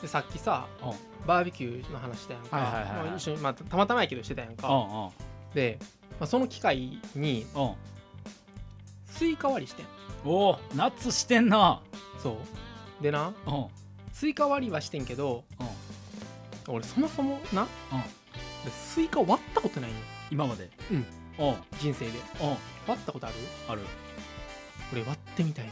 でさっきさバーベキューの話したやんか、 はいはいはいはいまあ一緒にまあ、たまたまやけどしてたやんか、で、まあ、その機会にスイカ割りしてん。 おお夏してんな。 そうでなうんスイカ割りはしてんけど、俺そもそもな、俺スイカ割ったことないの今まで。 うんお人生で。割ったことある？ ある。 俺割ってみたいね。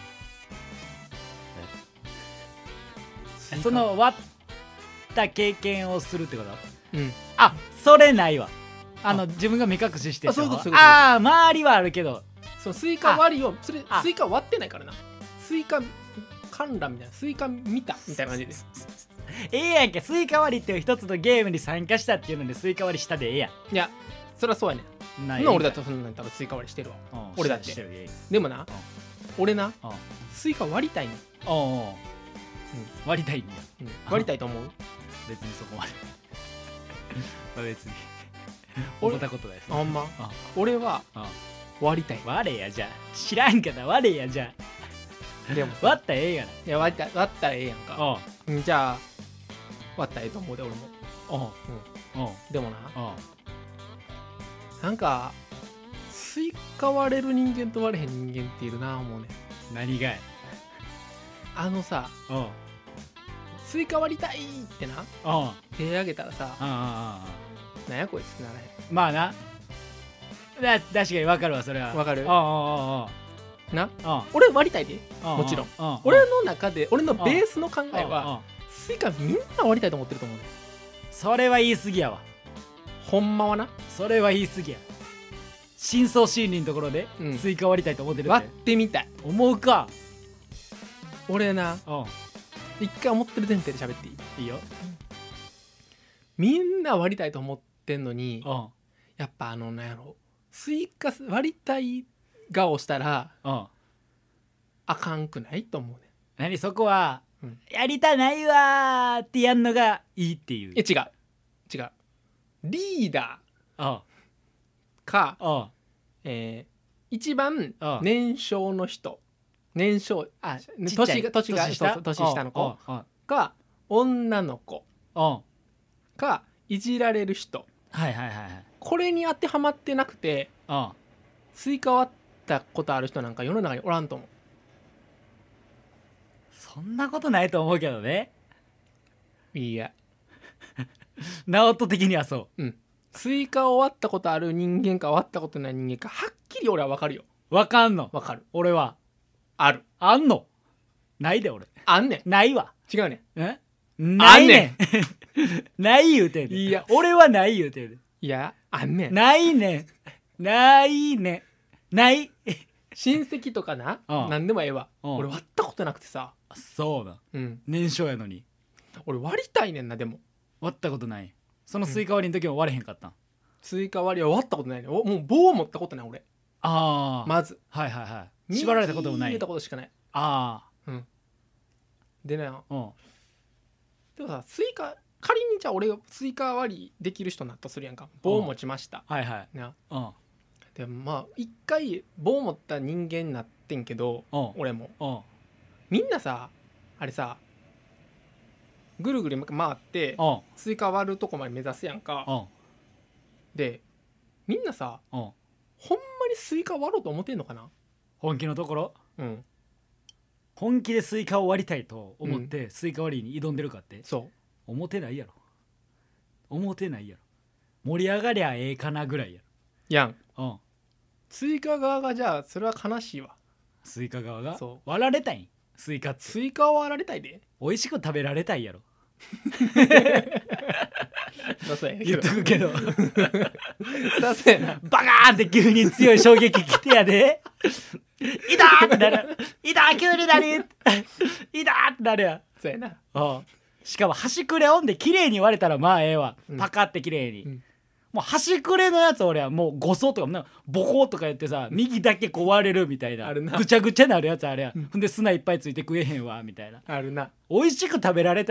その割った経験をするってこと？ うんあ、それないわ。自分が目隠ししてあそういうことそういうことああ周りはあるけど、 そのスイカ割りをそれあスイカ割ってないからな。スイカ観覧みたいな、スイカ見たみたいな感じです。 やんけ。スイカ割りっていう一つのゲームに参加したっていうのでスイカ割りしたでええやいやそりゃそうやねん。 ない俺だってそんなん多分スイカ割りしてるわ。俺だってしてるいやいやでもな俺なうんスイカ割りたいねん、 割りたいんだ。 割りたいと思う。 別にそこまでまあ別に俺思ったことないです。 あほんまあ俺はあ割りたい。 割れやじゃあ。知らんかな割れやじゃでもあ。割ったらええがな。 いや割ったらええやんか。じゃあ割ったらええと思うで俺も。でもななんかスイカ割れる人間と割れへん人間っているな思うね。 何がい。 さスイカ割りたいってな手挙げたらさなんやこいつってならへまあな。確かに分かるわそれは。 ん。わかるな。俺割りたいでもちろん。俺の中で俺のベースの考えはスイカみんな割りたいと思ってると思うね。 それは言い過ぎやわ。 ほんまはなそれは言い過ぎや。深層心理のところでうんスイカ割りたいと思ってるっ割てってみたい。 思うか。 俺な一回思ってる前提で喋っていい？ いいよ。 みんな割りたいと思ってんのにやっぱなんやろスイカ割りたい顔したらあかんくないと思うね。 何そこは、 うんやりたないわーってやんのがいいっていう。 違うリーダーか一番年少の人年少年下の子か女の子かいじられる人、これに当てはまってなくてスイカ割ったことある人なんか世の中におらんと思う。 そんなことないと思うけどね。 いやナオト的にはそスイカを割ったことある人間か割ったことない人間かはっきり俺は分かるよ。 う。わかんの。 分かる。 俺はある。 あんの。ないで俺。 あんねないわ。 ん。違うねん。ないねん。ない言うてんねん。 いや俺はない言うてんねん。 いやあんねん。 ないねん。ないねん。ない。 親戚とかな何でもええわ。俺割ったことなくてさ。 そうだ。 うん年少やのに俺割りたいねんな。でも割ったことない。そのスイカ割りの時も割れへんかったん。 スイカ割りは割ったことないねん。もう棒を持ったことない俺。まず縛られたこともない。 入れたことしかない。でねでもさスイカ仮にじゃあ俺がスイカ割りできる人になったとするやんか。棒を持ちましたな。でもまあ一回棒を持った人間になってんけど俺もみんなさあれさぐるぐる回ってスイカ割るとこまで目指すやんか。でみんなさほんまにスイカ割ろうと思ってんのかな。 本気のところうん本気でスイカを割りたいと思ってスイカ割りに挑んでるかって。 そう思ってないやろ。思ってないやろ。盛り上がりゃええかなぐらいややん。 ろ。 スイカ側がじゃあそれは悲しいわ。 スイカ側がそう割られたいん。スイカってスイカを割られたいで。 美味しく食べられたいやろ。言っそうやけどとくけどそうやな。 バカーンって急に強い衝撃来てやでいたーってなる。いたー急になるいたーってなるやん。 そうやな。 しかも端くれおんで綺麗に割れたらまあええわ、 うんパカって綺麗に、 うんもう端くれのやつ俺はもう5層とかなんかボコーとか言ってさ右だけこう割れるみたいなあるなぐちゃぐちゃなるやつあれや、ほんで砂いっぱいついて食えへんわみたいな。 あるな。 美味しく食べられたいで。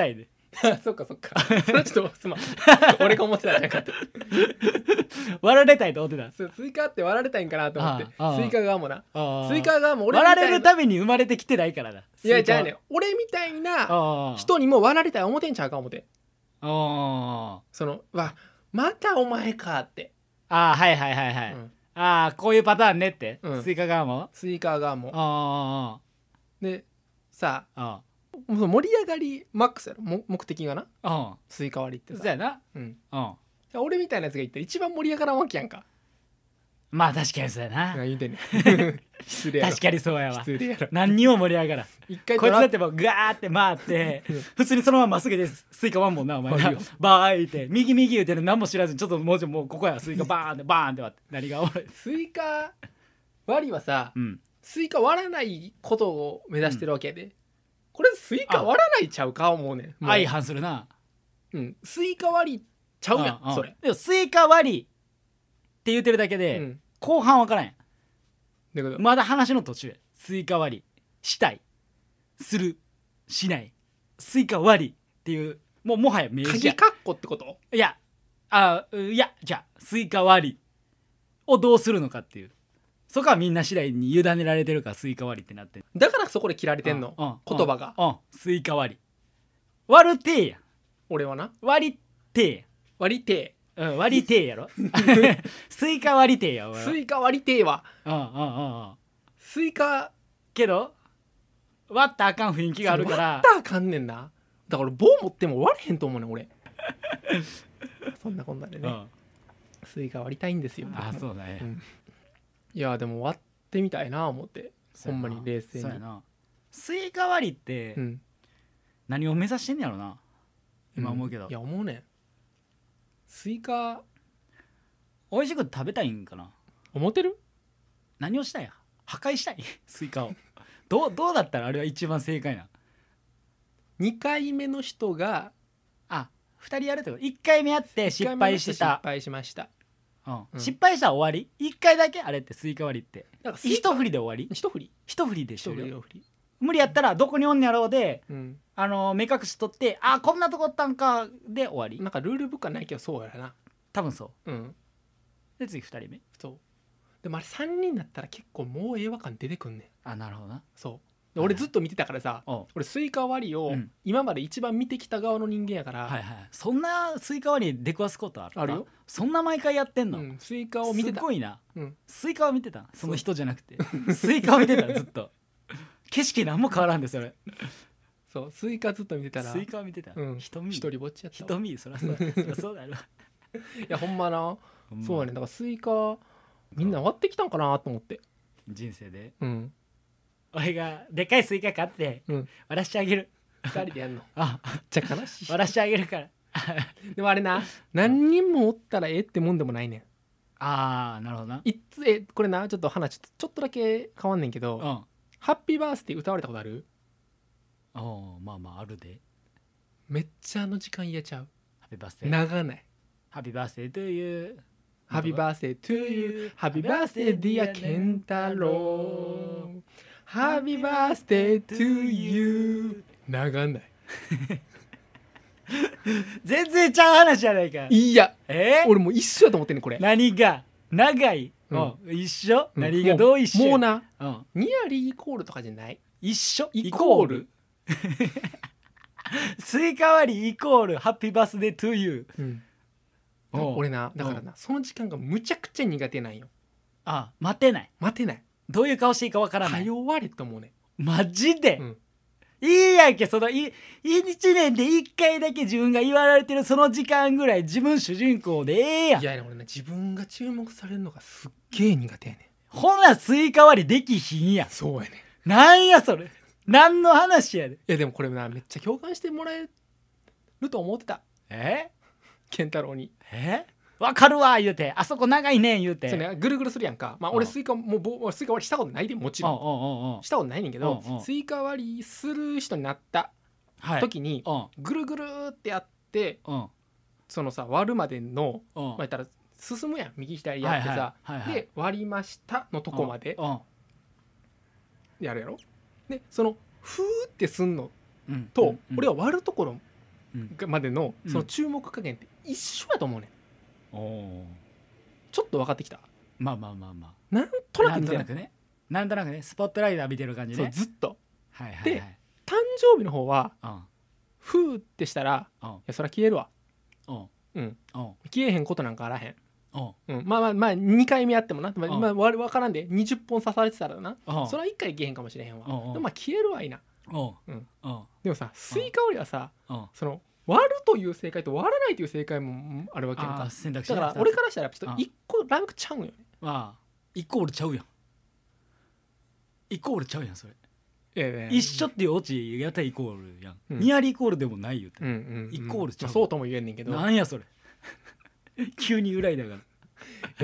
そっかそっかそれはちょっとすまん俺が思ってたんじゃなかった割られたいと思ってた。 そうスイカって割られたいんかなと思ってああスイカ側もなあスイカ側も俺みたいな割られるために生まれてきてないからだ。 いやじゃあね俺みたいな人にも割られたい思ってんちゃうか思ってそのまたお前かってはいはいはいはい、こういうパターンねって、スイカ側もスイカ側もでさ盛り上がりマックスやろ目的がなスイカ割りってさそうやな俺みたいなやつが言ったら一番盛り上がらんわけやんか。 まあ確かにそうやな。 言うてんね失礼やろ。 確かにそうやわ。 失礼やろ。 何にも盛り上がらん。 一回こいつだってもうガーって回って普通にそのまままっすぐでスイカワンもんなお前なバーいって右言うてる何も知らずにちょっともうここやスイカバーンってバーンって割って何が俺スイカ割りはさ、スイカ割らないことを目指してるわけで、これスイカ割らないちゃうか思うねん。 相反するな。 スイカ割りちゃうやんそれ。 でもスイカ割りって言ってるだけで、後半分からんやん。まだ話の途中や。スイカ割りしたいするしないスイカ割りっていうもはや名詞や。 鍵カッコってこと？ いやじゃあスイカ割りをどうするのかっていう、そこはみんな次第に委ねられてるからスイカ割りってなってる。 だからそこで切られてんの言葉が。 スイカ割り割るてや。俺はな割りて割りて割りてやろスイカ割りてや。 スイカ割りてはスイカけど割ったらあかん雰囲気があるから割ったらあかんねんな。だから棒持っても割れへんと思うねん俺そんなこんなでね、スイカ割りたいんですよ。 そうだね、 いやでも割ってみたいな思ってほんまに冷静に。 そうやな。スイカ割りって、何を目指してんねやろな今思うけど。 いや思うねん。スイカ美味しく食べたいんかな思ってる。 何をしたい破壊したいスイカをどうだったらあれは一番正解な。 2回目の人が 2人やるってこと。1回目やって失敗してた。 失敗しました、 失敗したら終わり。1回だけあれってスイカ割りって一振りで終わり。一振りでしょ。無理やったらどこにおんねやろうで、目隠し取ってこんなとこおったんかで終わり。 なんかルールブックはないけどそうやな多分そう。で次2人目。 そうでもあれ3人だったら結構もうええわ感出てくんねん。 なるほどな。 そう俺ずっと見てたからさ、俺スイカ割りを今まで一番見てきた側の人間やから、 そんなスイカ割り出くわすことあるよ。そんな毎回やってんの、 スイカを見てた。 すごいな、スイカを見てた。その人じゃなくてスイカを見てたずっと景色何も変わらんでそれ。 そうスイカずっと見てたらスイカを見てた。 一人ぼっちやった。 瞳そらそうだろいやほんまなそうやね。だからスイカみんな割ってきたんかなと思って人生で。俺がでかいスイカ買って割らしてあげる。 2人でやんのめっちゃ悲しい。 割らしてあげるからでもあれな何人もおったらええってもんでもないねん。 なるほどな。 これなちょっと話ちょっとだけ変わんねんけど、ハッピーバースデー歌われたことある？ まああるで。 めっちゃ時間言えちゃう。 ハッピーバースデー長ない。 ハッピーバースデートゥーユーハッピーバースデートゥーユーハッピーバースデーディアケンタロウハッピーバースデートゥーユー長ない全然ちゃう話じゃないか。 いや俺もう一緒やと思ってんねんこれ。 何が長い、一緒、何がどう一緒もうな、ニアリーイコールとかじゃない。 一緒イコールスイカ割りイコールハッピーバースデートゥーユー。 俺なだからなその時間がむちゃくちゃ苦手なんよ。 待てないどういう顔していいかわからない。 通われと思うね。 マジで、いいやんけ。その1年で1回だけ自分が言われてるその時間ぐらい自分主人公でええやん。 いや俺な自分が注目されるのがすっげえ苦手やねん。 ほなスイカ割りできひんやん。 そうやねん。なんやそれ何の話やで。 いやでもこれなめっちゃ共感してもらえると思ってた。健太郎にわかるわ言うてあそこ長いねん言うて。 そうねぐるぐるするやんか。俺スイカスイカ割りしたことないでもちろんしたことないねんけど、スイカ割りする人になった時にぐるぐるってやってそのさ割るまでの言ったら進むやん右左やってさで割りましたのとこまでやるやろ。でそのふーってすんのと俺は割るところまでのその注目加減って一緒やと思うねん。ちょっと分かってきた。 まあまあまあまあ、 なんとなくなんとなくね、なんとなくね、スポットライト浴びてる感じね。 そうずっと。 はいはいはい。 で誕生日の方はフーってしたらいやそりゃ消えるわ。消えへんことなんかあらへん。まあ2回目やってもな、分からんで20本刺されてたらな、それは1回消えへんかもしれへんわ。でも消えるわいな。でもさスイカ割りはさ、その割るという正解と割らないという正解もあるわけやんか。だから俺からしたらちょっと1個ランクちゃうんよね。 イコールちゃうやん。イコールちゃうやんそれ。一緒っていうオチやったらイコールやん。ニアリーイコールでもないよって。イコールちゃう。 そうとも言えんねんけど。 なんやそれ。急に裏いだから。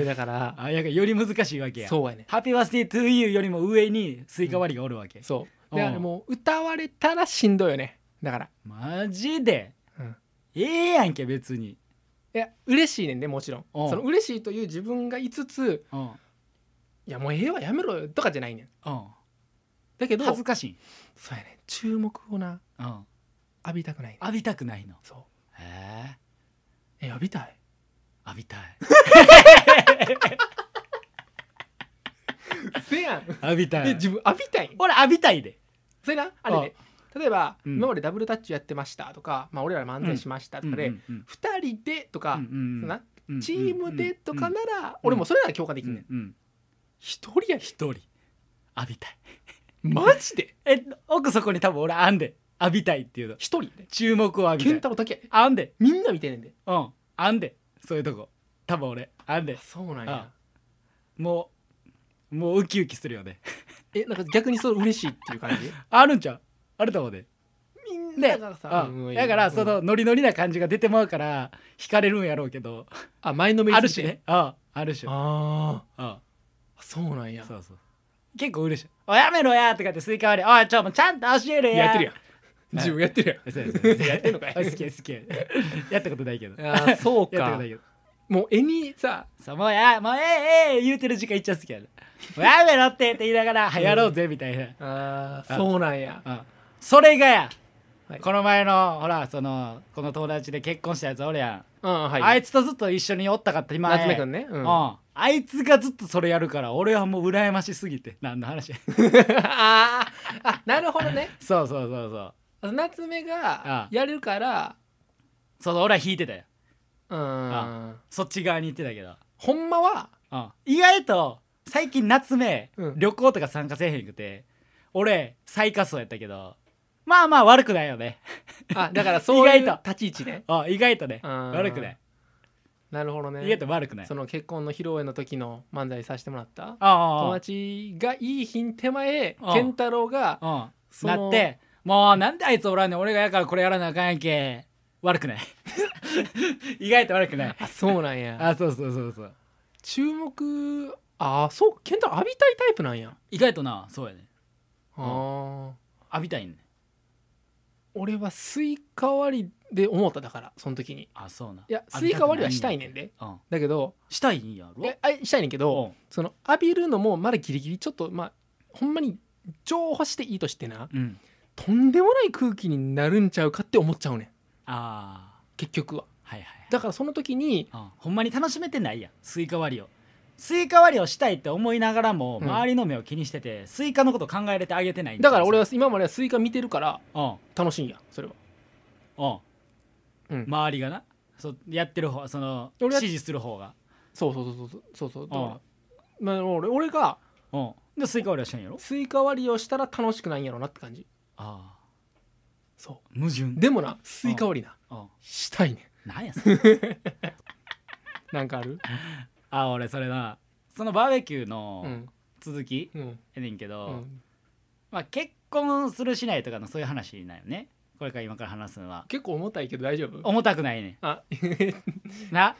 だからより難しいわけや。 そうやね。 ハッピーバースデートゥーユーよりも上にスイカ割りがおるわけ。 そうでもう歌われたらしんどいよね。だからマジでええやんけ別に。 いや嬉しいねんでもちろん。その嬉しいという自分がいつついやもうええわやめろよとかじゃないねん。だけど恥ずかしい。 そうやね。注目をな浴びたくない。 浴びたくないの。 そう。浴びたい。 浴びたい。 せやん。 浴びたい。 自分浴びたい。 俺浴びたいで。 それなあれで例えば今までダブルタッチやってましたとか、俺ら漫才しましたとかで2人でとかチームでとかなら俺もそれなら共感できんねん。一人や一人浴びたい。 マジで奥そこに多分俺あんで浴びたいっていうの。 一人で注目を浴びたい。 健太郎だけあんでみんな見てんねんで。 あんでそういうとこ多分俺あんで。 そうなんや。 もうウキウキするよね。 なんか逆にそう嬉しいっていう感じあるんちゃう。あると思うで。 みんながさだからそのノリノリな感じが出てまうから惹かれるんやろうけど。 前のめりあるしね。あるし。 そうなんや。 そう結構嬉しい。おやめろやとかってスイカ割りもうちゃんと教えるや。 やってるやん。自分やってるやん。やってんのかい。 好きやったことないけど。 そうか。もう絵にさもう言うてる時間いっちゃ好きやな。もうやめろって言いながらやろうぜみたいな。そうなんや。 それがやこの前のほらこの友達で結婚したやつおるやん。あいつとずっと一緒におったかった今夏目くんね。 あいつがずっとそれやるから俺はもう羨ましすぎて。何の話なるほどね。 そう夏目がやるから俺は引いてたよ。そっち側に行ってたけどほんまは意外と最近夏目旅行とか参加せえへんくて俺最下層やったけどまあ悪くないよね。 だからそういう立ち位置ね。 意外とね悪くない。 なるほどね。 意外と悪くない。 その結婚の披露宴の時の漫才させてもらった友達がいい日に手前健太郎がなってもうなんであいつおらんねん俺がやからこれやらなあかんやんけ。悪くない。意外と悪くない。 そうなんや。 そう注目そう健太郎浴びたいタイプなんや。 意外となそうやね。浴びたいね。 俺はスイカ割りで思った。だからその時にそうな。 いやスイカ割りはしたいねんで。だけどしたいんやろ。 したいねんけどその浴びるのもまだギリギリちょっとほんまに情報していいとしてなとんでもない空気になるんちゃうかって思っちゃうねん。結局は。だからその時にほんまに楽しめてないやんスイカ割りを。スイカ割りをしたいって思いながらも周りの目を気にしててスイカのこと考えれてあげてないんだから俺は今まではスイカ見てるから楽しいんやそれは。 周りがなやってる方指示する方がそうだから俺がでスイカ割りをしたんやろ。 スイカ割りをしたら楽しくないんやろなって感じ。 そう矛盾。 でもなスイカ割りなしたいねん。 なんやそれ。 なんかある？ 俺それなそのバーベキューの続きやねんけど結婚するしないとかのそういう話なんよね。これから今から話すのは結構重たいけど大丈夫？ 重たくないねん。7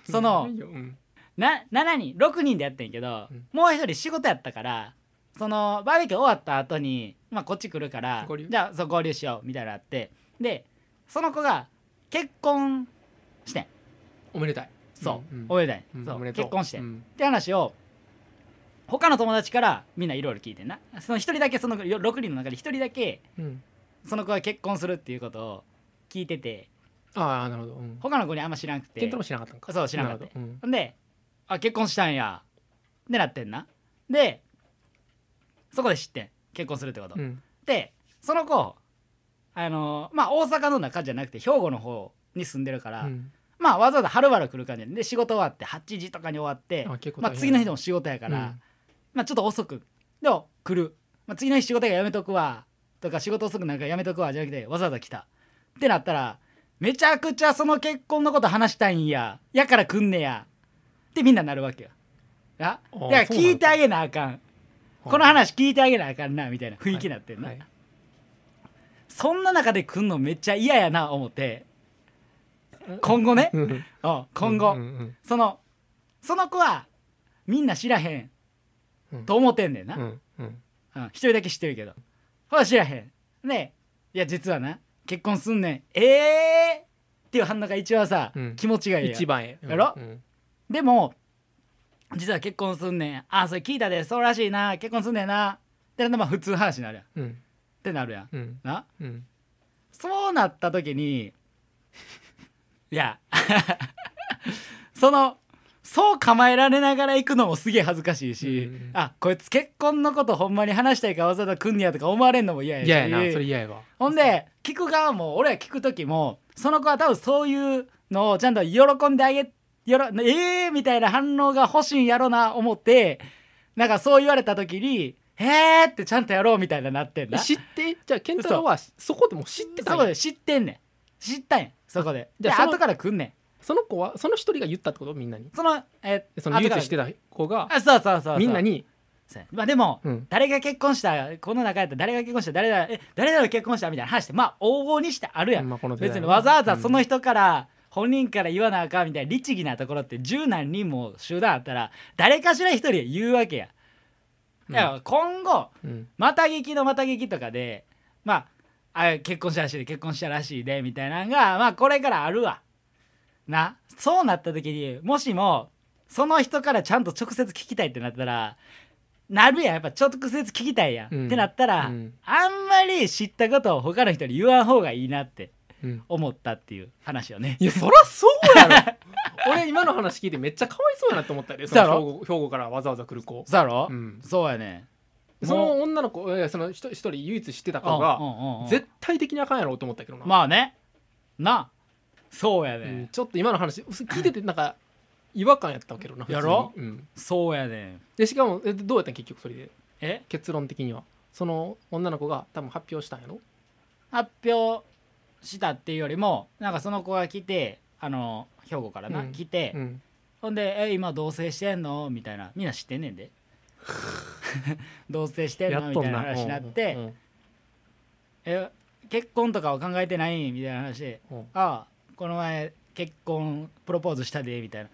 人6人でやってんけどもう一人仕事やったからそのバーベキュー終わった後にこっち来るからじゃあ合流しようみたいなのあってでその子が結婚してん。 おめでたい。 おめでたい。結婚してって話を他の友達からみんないろいろ聞いてんな。その一人だけその6人の中で一人だけその子が結婚するっていうことを聞いててああなるほど、 他の子にあんま知らんくて。 ケンタロウも知らなかったんか。 そう知らなかった、で結婚したんやってなってんな。でそこで知ってん結婚するってこと、でその子大阪の中じゃなくて兵庫の方に住んでるから、わざわざはるばる来る感じで仕事終わって8時とかに終わって、次の日でも仕事やから、ちょっと遅くでも来る、次の日仕事がやめとくわとか仕事遅くなるからやめとくわじゃなくてわざわざ来たってなったら、めちゃくちゃその結婚のこと話したいんやから来んねやってみんななるわけよ。だから聞いてあげなあかん、この話聞いてあげなあかんなみたいな雰囲気になってんな、そんな中で来んのめっちゃ嫌やな思って、今後ね今後その子はみんな知らへんと思ってんねんな、一人だけ知ってるけどほら知らへんね。いや実はな結婚すんねんっていう反応が一番さ、気持ちがいいや一番ええやろ、でも実は結婚すんねん、それ聞いたでそうらしいな結婚すんねんなって普通話になるやん、ってなるやん、な、そうなった時にいやそう構えられながら行くのもすげえ恥ずかしいし、こいつ結婚のことほんまに話したいからわざわざ来んねやとか思われんのも嫌やし、 嫌やなそれ嫌やわ。 ほんで聞く側も俺ら聞く時もその子は多分そういうのをちゃんと喜んであげみたいな反応が欲しいんやろな思って、なんかそう言われた時にってちゃんとやろうみたいなってんだ。 知ってじゃあ健太郎はそこでも知ってたんや。 そこで知ってんねん、知ったんやそこで。じゃあ後から来んねん。 その子はその一人が言ったってことみんなに。 その唯一してた子がそうみんなに。 でも、誰が結婚したこの中やったら誰が結婚した誰だが結婚したみたいな話して往々にしてあるやん、別にわざわざその人から、本人から言わなあかんみたいな律儀なところって十何人も集団あったら誰かしら一人言うわけや。だから今後、また聞きのまた聞きとかで結婚したらしいでみたいなのがこれからあるわな。そうなった時にもしもその人からちゃんと直接聞きたいってなったらなるやん、やっぱ直接聞きたいやん、ってなったら、あんまり知ったことを他の人に言わん方がいいなって思ったっていう話よね。 いやそらそうやろ俺今の話聞いてめっちゃかわいそうやなって思ったよ。その兵庫からわざわざ来る子。 そうやろ、そうやね。 その女の子その一人唯一知ってた子が絶対的にあかんやろうと思ったけどな。 まあねな、そうやね、 ちょっと今の話聞いててなんか違和感やったけどな。 やろ、そうやね。 でしかもどうやったん結局それで結論的にはその女の子が多分発表したんやろ。 発表したっていうよりもなんかその子が来て兵庫からな、来て、ほんで今同棲してんのみたいな、みんな知ってんねんで同棲してんのみたいな話になって、結婚とかは考えてないみたいな話で、この前結婚プロポーズしたでみたいな、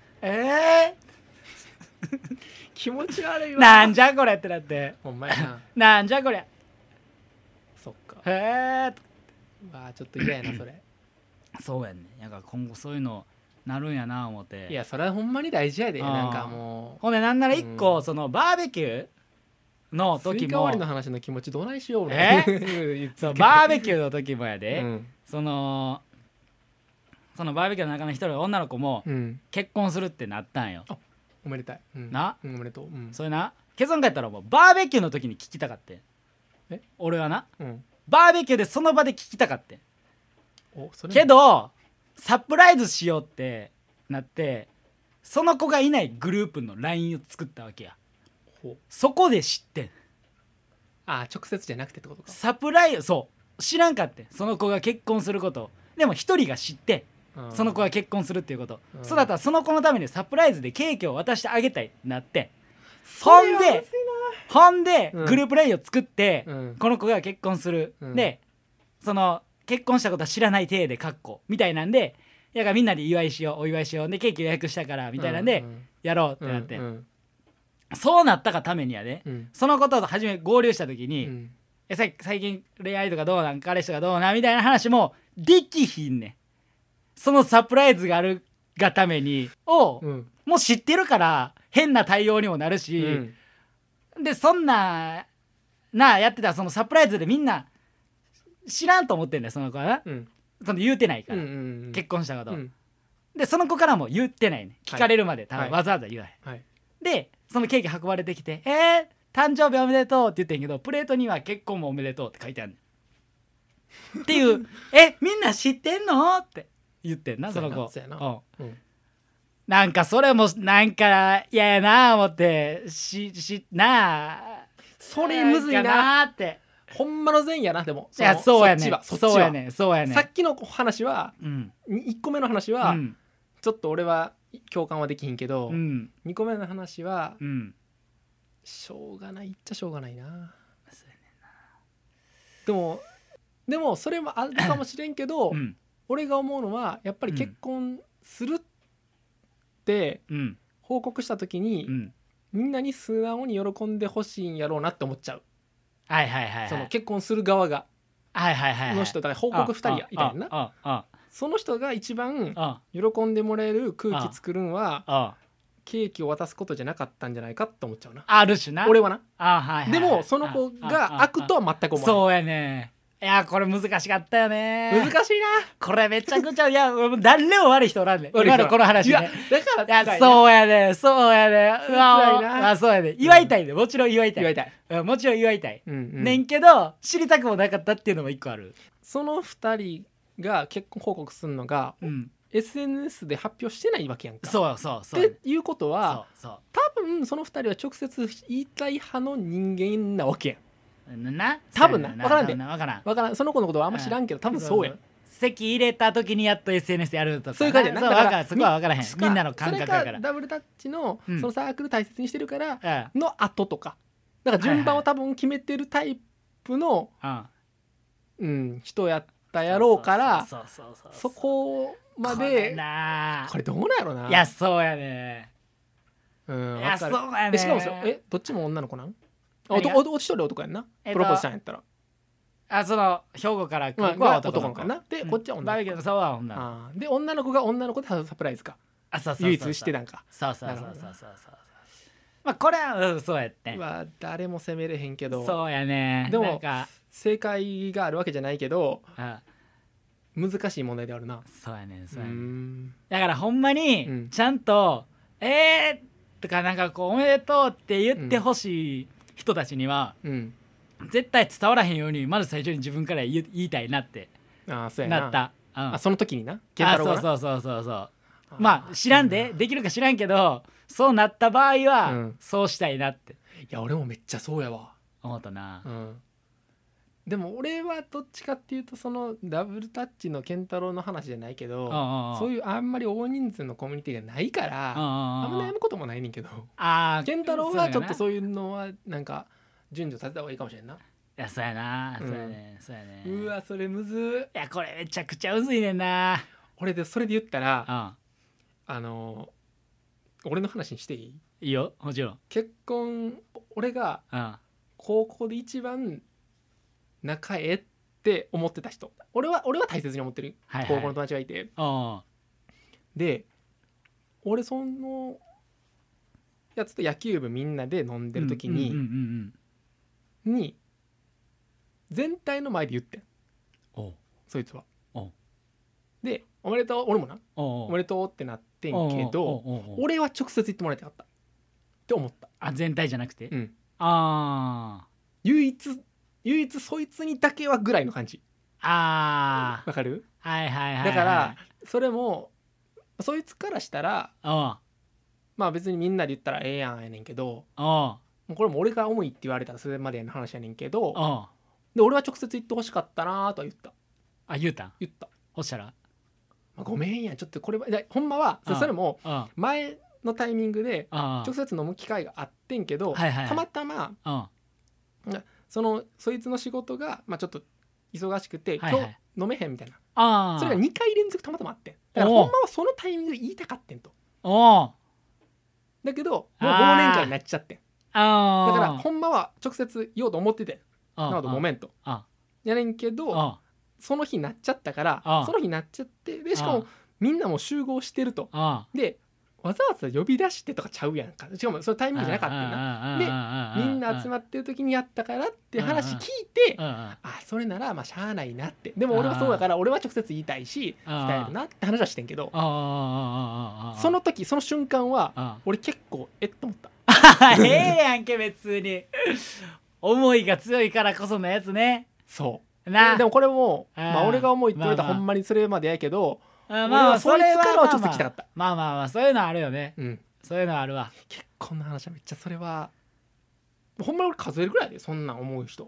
気持ち悪いわ。 なんじゃこれってなって、 ほんまやななんじゃこりゃ。 そっか。ちょっと嫌やなそれそうやんね。なんか今後そういうのなるんやな思って。 いやそれはほんまに大事やで。なんかもうほんでなんなら一個、そのバーベキューの時もスイカ割りの話の気持ちどないしようねそうバーベキューの時もやで、そのバーベキューの中の一人女の子も結婚するってなったんよ。 おめでたい、 な、 おめでとう、 それな結論から言ったらもうバーベキューの時に聞きたかって。俺はな、バーベキューでその場で聞きたかってけどサプライズしようってなってその子がいないグループの LINE を作ったわけや。そこで知ってん。 直接じゃなくてってことか。 サプライズそう知らんかってその子が結婚すること。でも一人が知ってその子が結婚するっていうこと、そうだったらその子のためにサプライズでケーキを渡してあげたいってなって、ほんでグループ LINE を作って、この子が結婚する、でその結婚したことは知らない体でカッコみたいなんで、だからみんなでお祝いしようでケーキ予約したからみたいなんでやろうってなって、そうなったがためにはね、そのことと初め合流した時に、最近恋愛とかどうなん彼氏とかどうなんみたいな話もできひんねん。そのサプライズがあるがためにもう知ってるから変な対応にもなるし、でそんなやってたらそのサプライズでみんな知らんと思ってんだよその子はな、 その言うてないから、結婚したこと、でその子からも言ってないね、聞かれるまで多分わざわざ言わへん、でそのケーキ運ばれてきて誕生日おめでとうって言ってんけど、プレートには結婚もおめでとうって書いてあるねんっていうみんな知ってんのって言ってんな、その子。なんかそれもなんか嫌やな思ってなあ、 それむずいなって。 ほんまの善やな。でもいやそうやねん、そうやねん、そうやねん。 さっきの話は、1個目の話は、ちょっと俺は共感はできひんけど、2個目の話は、しょうがないっちゃしょうがないな。でもそれもあるかもしれんけど、俺が思うのはやっぱり結婚するって報告した時に、みんなに素直に喜んでほしいんやろうなって思っちゃう。その結婚する側がの人だから報告2人いたんな。その人が一番喜んでもらえる空気作るんはケーキを渡すことじゃなかったんじゃないかって思っちゃうな。 あるしな、 俺はな。でもその子が悪とは全く思わない。 そうやね。いやこれ難しかったよね。 難しいなこれ。めちゃくちゃいや誰も悪い人おらんねん今のこの話ね。 いやだからそうやね、そうやね。そうやね。祝いたいね、もちろん祝いたい、もちろん祝いたいねんけど、知りたくもなかったっていうのも一個ある。 その2人が結婚報告するのが、SNS で発表してないわけやんか。 そうっていうことは多分その2人は直接言いたい派の人間なわけやん多分な。分からんで、分からん。その子のことはあんま知らんけど多分そうやん。 席入れた時にやっと SNS やるとか、 そういう感じやな。だからそこは分からへん、みんなの感覚だから。 それかダブルタッチのそのサークル大切にしてるからの後とか、だから順番を多分決めてるタイプの人やったやろうから、そこまでこれどうなんやろな。 いやそうやね。 いやそうやね。しかもどっちも女の子なん？一人男やんな、プロポーズしたんやったら。 その兵庫から来る子は男の子かな。でこっちは女の子。 そうは女で女の子が女の子でサプライズか唯一してたんか。 そうまあこれはそうやって。 誰も責めれへんけど。 そうやね。 でも正解があるわけじゃないけど難しい問題であるな。 そうやね。だからほんまにちゃんととかなんかこうおめでとうって言ってほしい人たちには、絶対伝わらへんようにまず最初に自分から言いたいなってなった。 その時にな。 そうまあ知らんできるか知らんけど、そうなった場合はそうしたいなって。 いや俺もめっちゃそうやわ思ったな。 でも俺はどっちかっていうとそのダブルタッチの健太郎の話じゃないけど、そういうあんまり大人数のコミュニティがないからあんま悩むこともないねんけど、健太郎はちょっとそういうのはなんか順序させた方がいいかもしれんな。 いやそうやな。そうやね。 うわそれむずい。いやこれめちゃくちゃむずいねんな。 俺でそれで言ったら俺の話にしていい？ いいよもちろん。 結婚俺が高校で一番仲ええって思ってた人、俺は大切に思ってる高校の友達がいて、で俺そのやつと野球部みんなで飲んでる時に全体の前で言ってんそいつは。でおめでとう、俺もなおめでとうってなってんけど、俺は直接言ってもらいたかったって思った。 全体じゃなくて、 唯一そいつにだけはぐらいの感じ。わかる？だからそれもそいつからしたらまあ別にみんなで言ったらええやんやねんけど、もうこれも俺が重いって言われたらそれまでの話やねんけど、で俺は直接言ってほしかったなとは言った。 言ったほしたら、 ごめんやちょっとこれはほんまはそれも前のタイミングで直接飲む機会があってんけど、たまたまそいつの仕事がちょっと忙しくて今日飲めへんみたいな、それが2回連続たまたまあってん。だからほんまはそのタイミングで言いたかってんと。だけどもう忘年会になっちゃってん。だからほんまは直接言おうと思っててなるほどごめんとやねんけど、その日になっちゃったからその日になっちゃって、でしかもみんなも集合してると。でわざわざ呼び出してとかちゃうやんか。しかもそのタイミングじゃなかったよな。でみんな集まってる時にやったからって話聞いて、あそれならまあしゃあないなって。でも俺はそうだから俺は直接言いたいし伝えるなって話はしてんけど、その時その瞬間は俺結構と思った。 ええやんけ別に思いが強いからこそのやつね。 そうな。でもこれもまあ俺が思いって言われたらほんまにそれまでやけど、俺はそいつからはちょっと聞きたかった。 まあそういうのあるよね。そういうのあるわ。 結婚の話はめっちゃそれはほんまに俺数えるぐらいでそんなん思う人。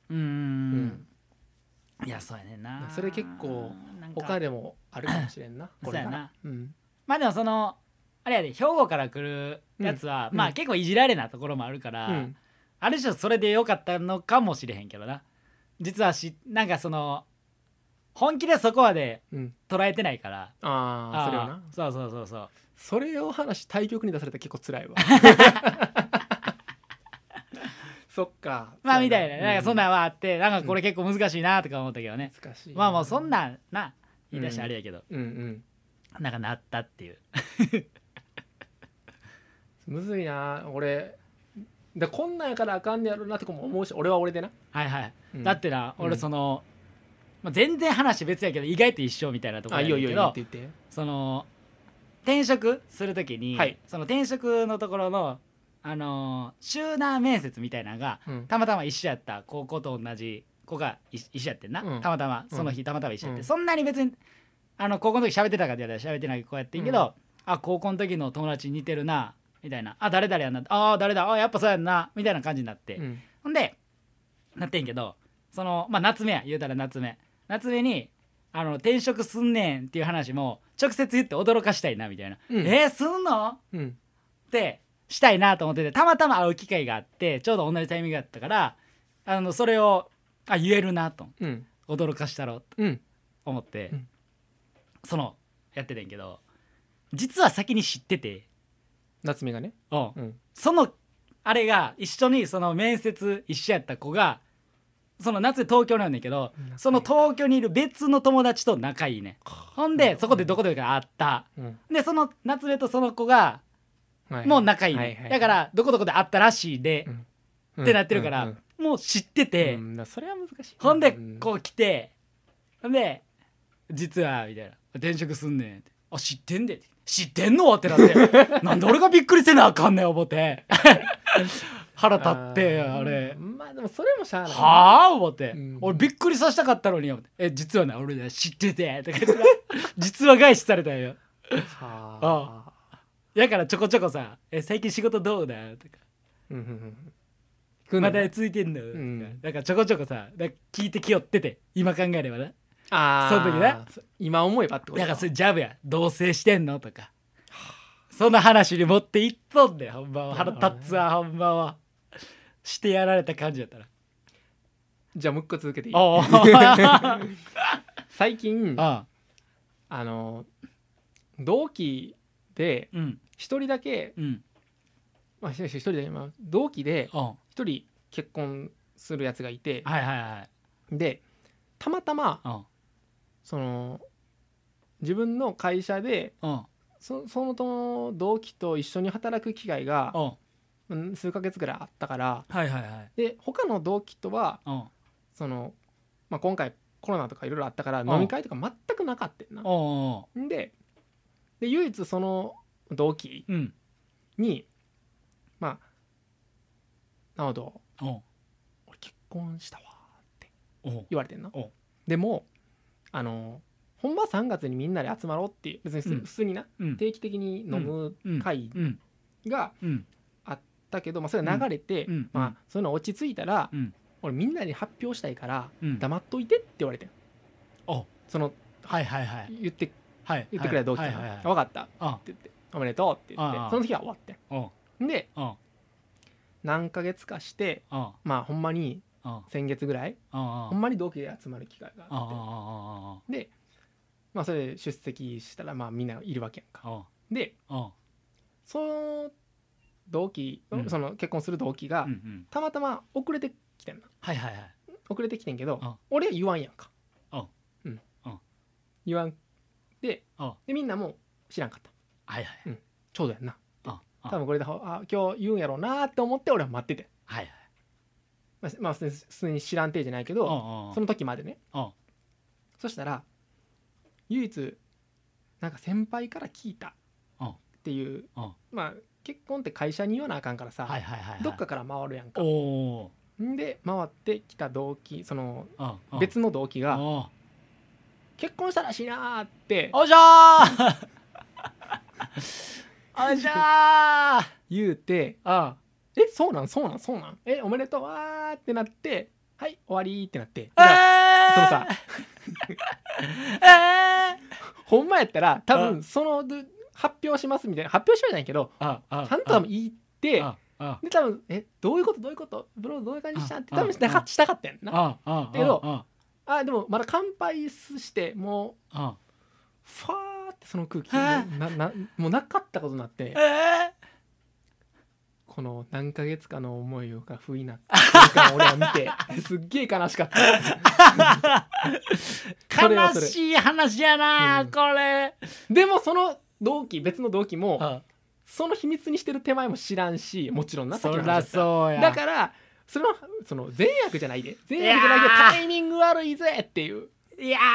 いやそうやねんな。 それ結構他でもあるかもしれんな。 そうやな。まあでもそのあれやで兵庫から来るやつはまあ結構いじられなところもあるからある種それでよかったのかもしれへんけどな。実はなんかその本気でそこまで捉えてないから、 それをな。 そうそれを話対局に出されたら結構辛いわ。そっか。 まあみたいな、なんかそんなんはあってなんかこれ結構難しいなとか思ったけどね。 難しい。 まあもうそんなんな言い出してあれやけど、なんかなったっていう。 むずいな俺。でこんなんやからあかんねやろなとかも思うし、俺は俺でな。 だってな俺その全然話別やけど意外と一緒みたいなところやけど、その転職するときに、その転職のところの集団面接みたいなのが、たまたま一緒やった高校と同じ子が一緒やってんな、たまたまその日たまたま一緒やって、そんなに別に高校の時喋ってたかって言われたら喋ってない子やってんけど、高校の時の友達似てるなみたいな、誰々やんな、誰だ、やっぱそうやんなみたいな感じになって、ほんでなってんけど、その夏目や言うたら夏目に転職すんねんっていう話も直接言って驚かしたいなみたいな、すんの、ってしたいなと思ってて、たまたま会う機会があってちょうど同じタイミングだったからそれを言えるなと、驚かしたろと思って、そのやってたんやけど、実は先に知ってて夏目がね、 そのあれが一緒にその面接一緒やった子がその夏で東京なんだけど、その東京にいる別の友達と仲いいね。ほんでそこでどこでか会った、でその夏目とその子がもう仲いいね、だからどこどこで会ったらしいで、ってなってるから、もう知ってて、 それは難しい。 ほんでこう来て、ほんで実はみたいな転職すんねんって、知ってんで、知ってんのってなってなんで俺がびっくりせなあかんねん思って腹立ってあれ。 まあでもそれもしゃあないはあ思って、俺びっくりさせたかったのに実はね俺ね知っててとか言って実は返しされたんよ。だからちょこちょこさ最近仕事どうだとか、まだついてんの、だからちょこちょこさ聞いてきよってて、今考えればな、その時な今思えばってことだからそれジャブや、同棲してんのとかその話に持っていっとんで、ほんまは腹立つわ、ほんまはしてやられた感じやったら。 じゃあもう一個続けていい？最近同期で一人だけ、一人だけ同期で一人結婚するやつがいて、でたまたまその自分の会社でその同期と一緒に働く機会が数ヶ月ぐらいあったから、で他の同期とはその、今回コロナとかいろいろあったから飲み会とか全くなかったよな。で唯一その同期になるほど俺結婚したわって言われてんな。でも本場3月にみんなで集まろうっていう、別に普通にな、定期的に飲む会があったけど、それが流れて、そういうの落ち着いたら、俺みんなに発表したいから黙っといてって言われてん。その言ってくれた同期が分かったって言っておめでとうって言って、その時は終わってんで、何ヶ月かしてほんまに先月ぐらいほんまに同期で集まる機会があって、でそれで出席したらみんないるわけやんか。でその同期、その結婚する同期がたまたま遅れてきてんな。遅れてきてんけど俺は言わんやんか。言わんでみんなも知らんかった。 ちょうどやんな多分これで今日言うんやろうなって思って俺は待ってて、はいはい、まあ普通に知らんてじゃないけどその時までねそしたら唯一なんか先輩から聞いたっていうまあ結婚って会社に言わなあかんからさ、どっかから回るやんか。で回ってきた同期その別の同期が結婚したらしいなーっておじゃーおじゃー言うてそうなんおめでとうわーってなってはい終わりってなってそのさほんまやったら多分その発表しますみたいな発表しようじゃないけどちゃんと多分言ってで多分どういうことブローどういう感じしたんって多分したかったやんなだけどでもまだ乾杯してもうファーってその空気もうなかったことになってこの何ヶ月かの思いが不意な俺は見てすっげえ悲しかった悲しい話やな、これでもその別の同期もその秘密にしてる手前も知らんしもちろんなそらそうやだからその善悪じゃないでけどタイミング悪いぜっていういや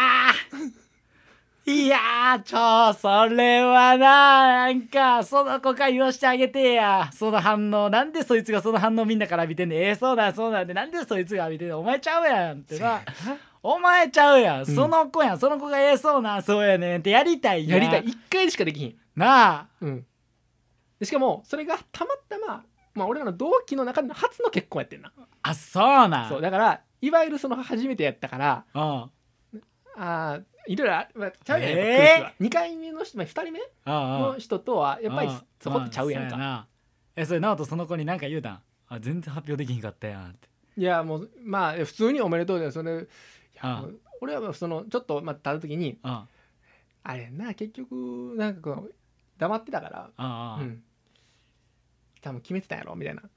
それはなんかその子が言わしてあげてやその反応なんでそいつがその反応みんなから浴びてんねんそうだってなんでそいつが浴びてんねんお前ちゃうやんってなお前ちゃうやん、その子やんその子がそうなそうやねんってやりたい一回しかできひんなあしかもそれがたまたま俺らの同期の中での初の結婚やってんなそうなんそうだからいわゆるその初めてやったからいろいろちゃうやん、空気は2回目の人、2人目の人とはやっぱりそこってちゃうやんかそれ直人その子に何か言うたん全然発表できひんかったやんっていやもうまあ普通におめでとうでそれ俺はそのちょっと立った時にあれな結局なんかこう黙ってたから多分決めてたんやろみたいな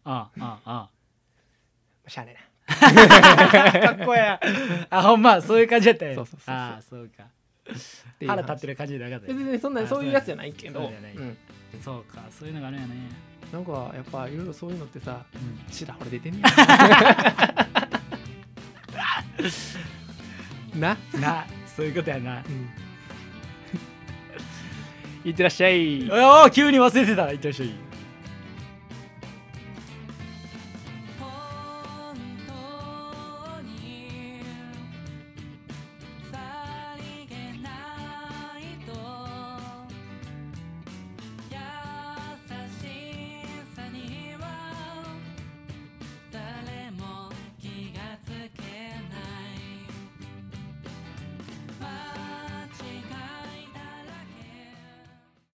しゃあねえなかっこええほんまそういう感じやったんやそうか腹立ってる感じでなかった別にそういうやつじゃないけどそうかそういうのがあるよねなんかやっぱいろいろそういうのってさちらほら出てんねんなそういうことやな、 いってらっしゃい急に忘れてたいってらっしゃい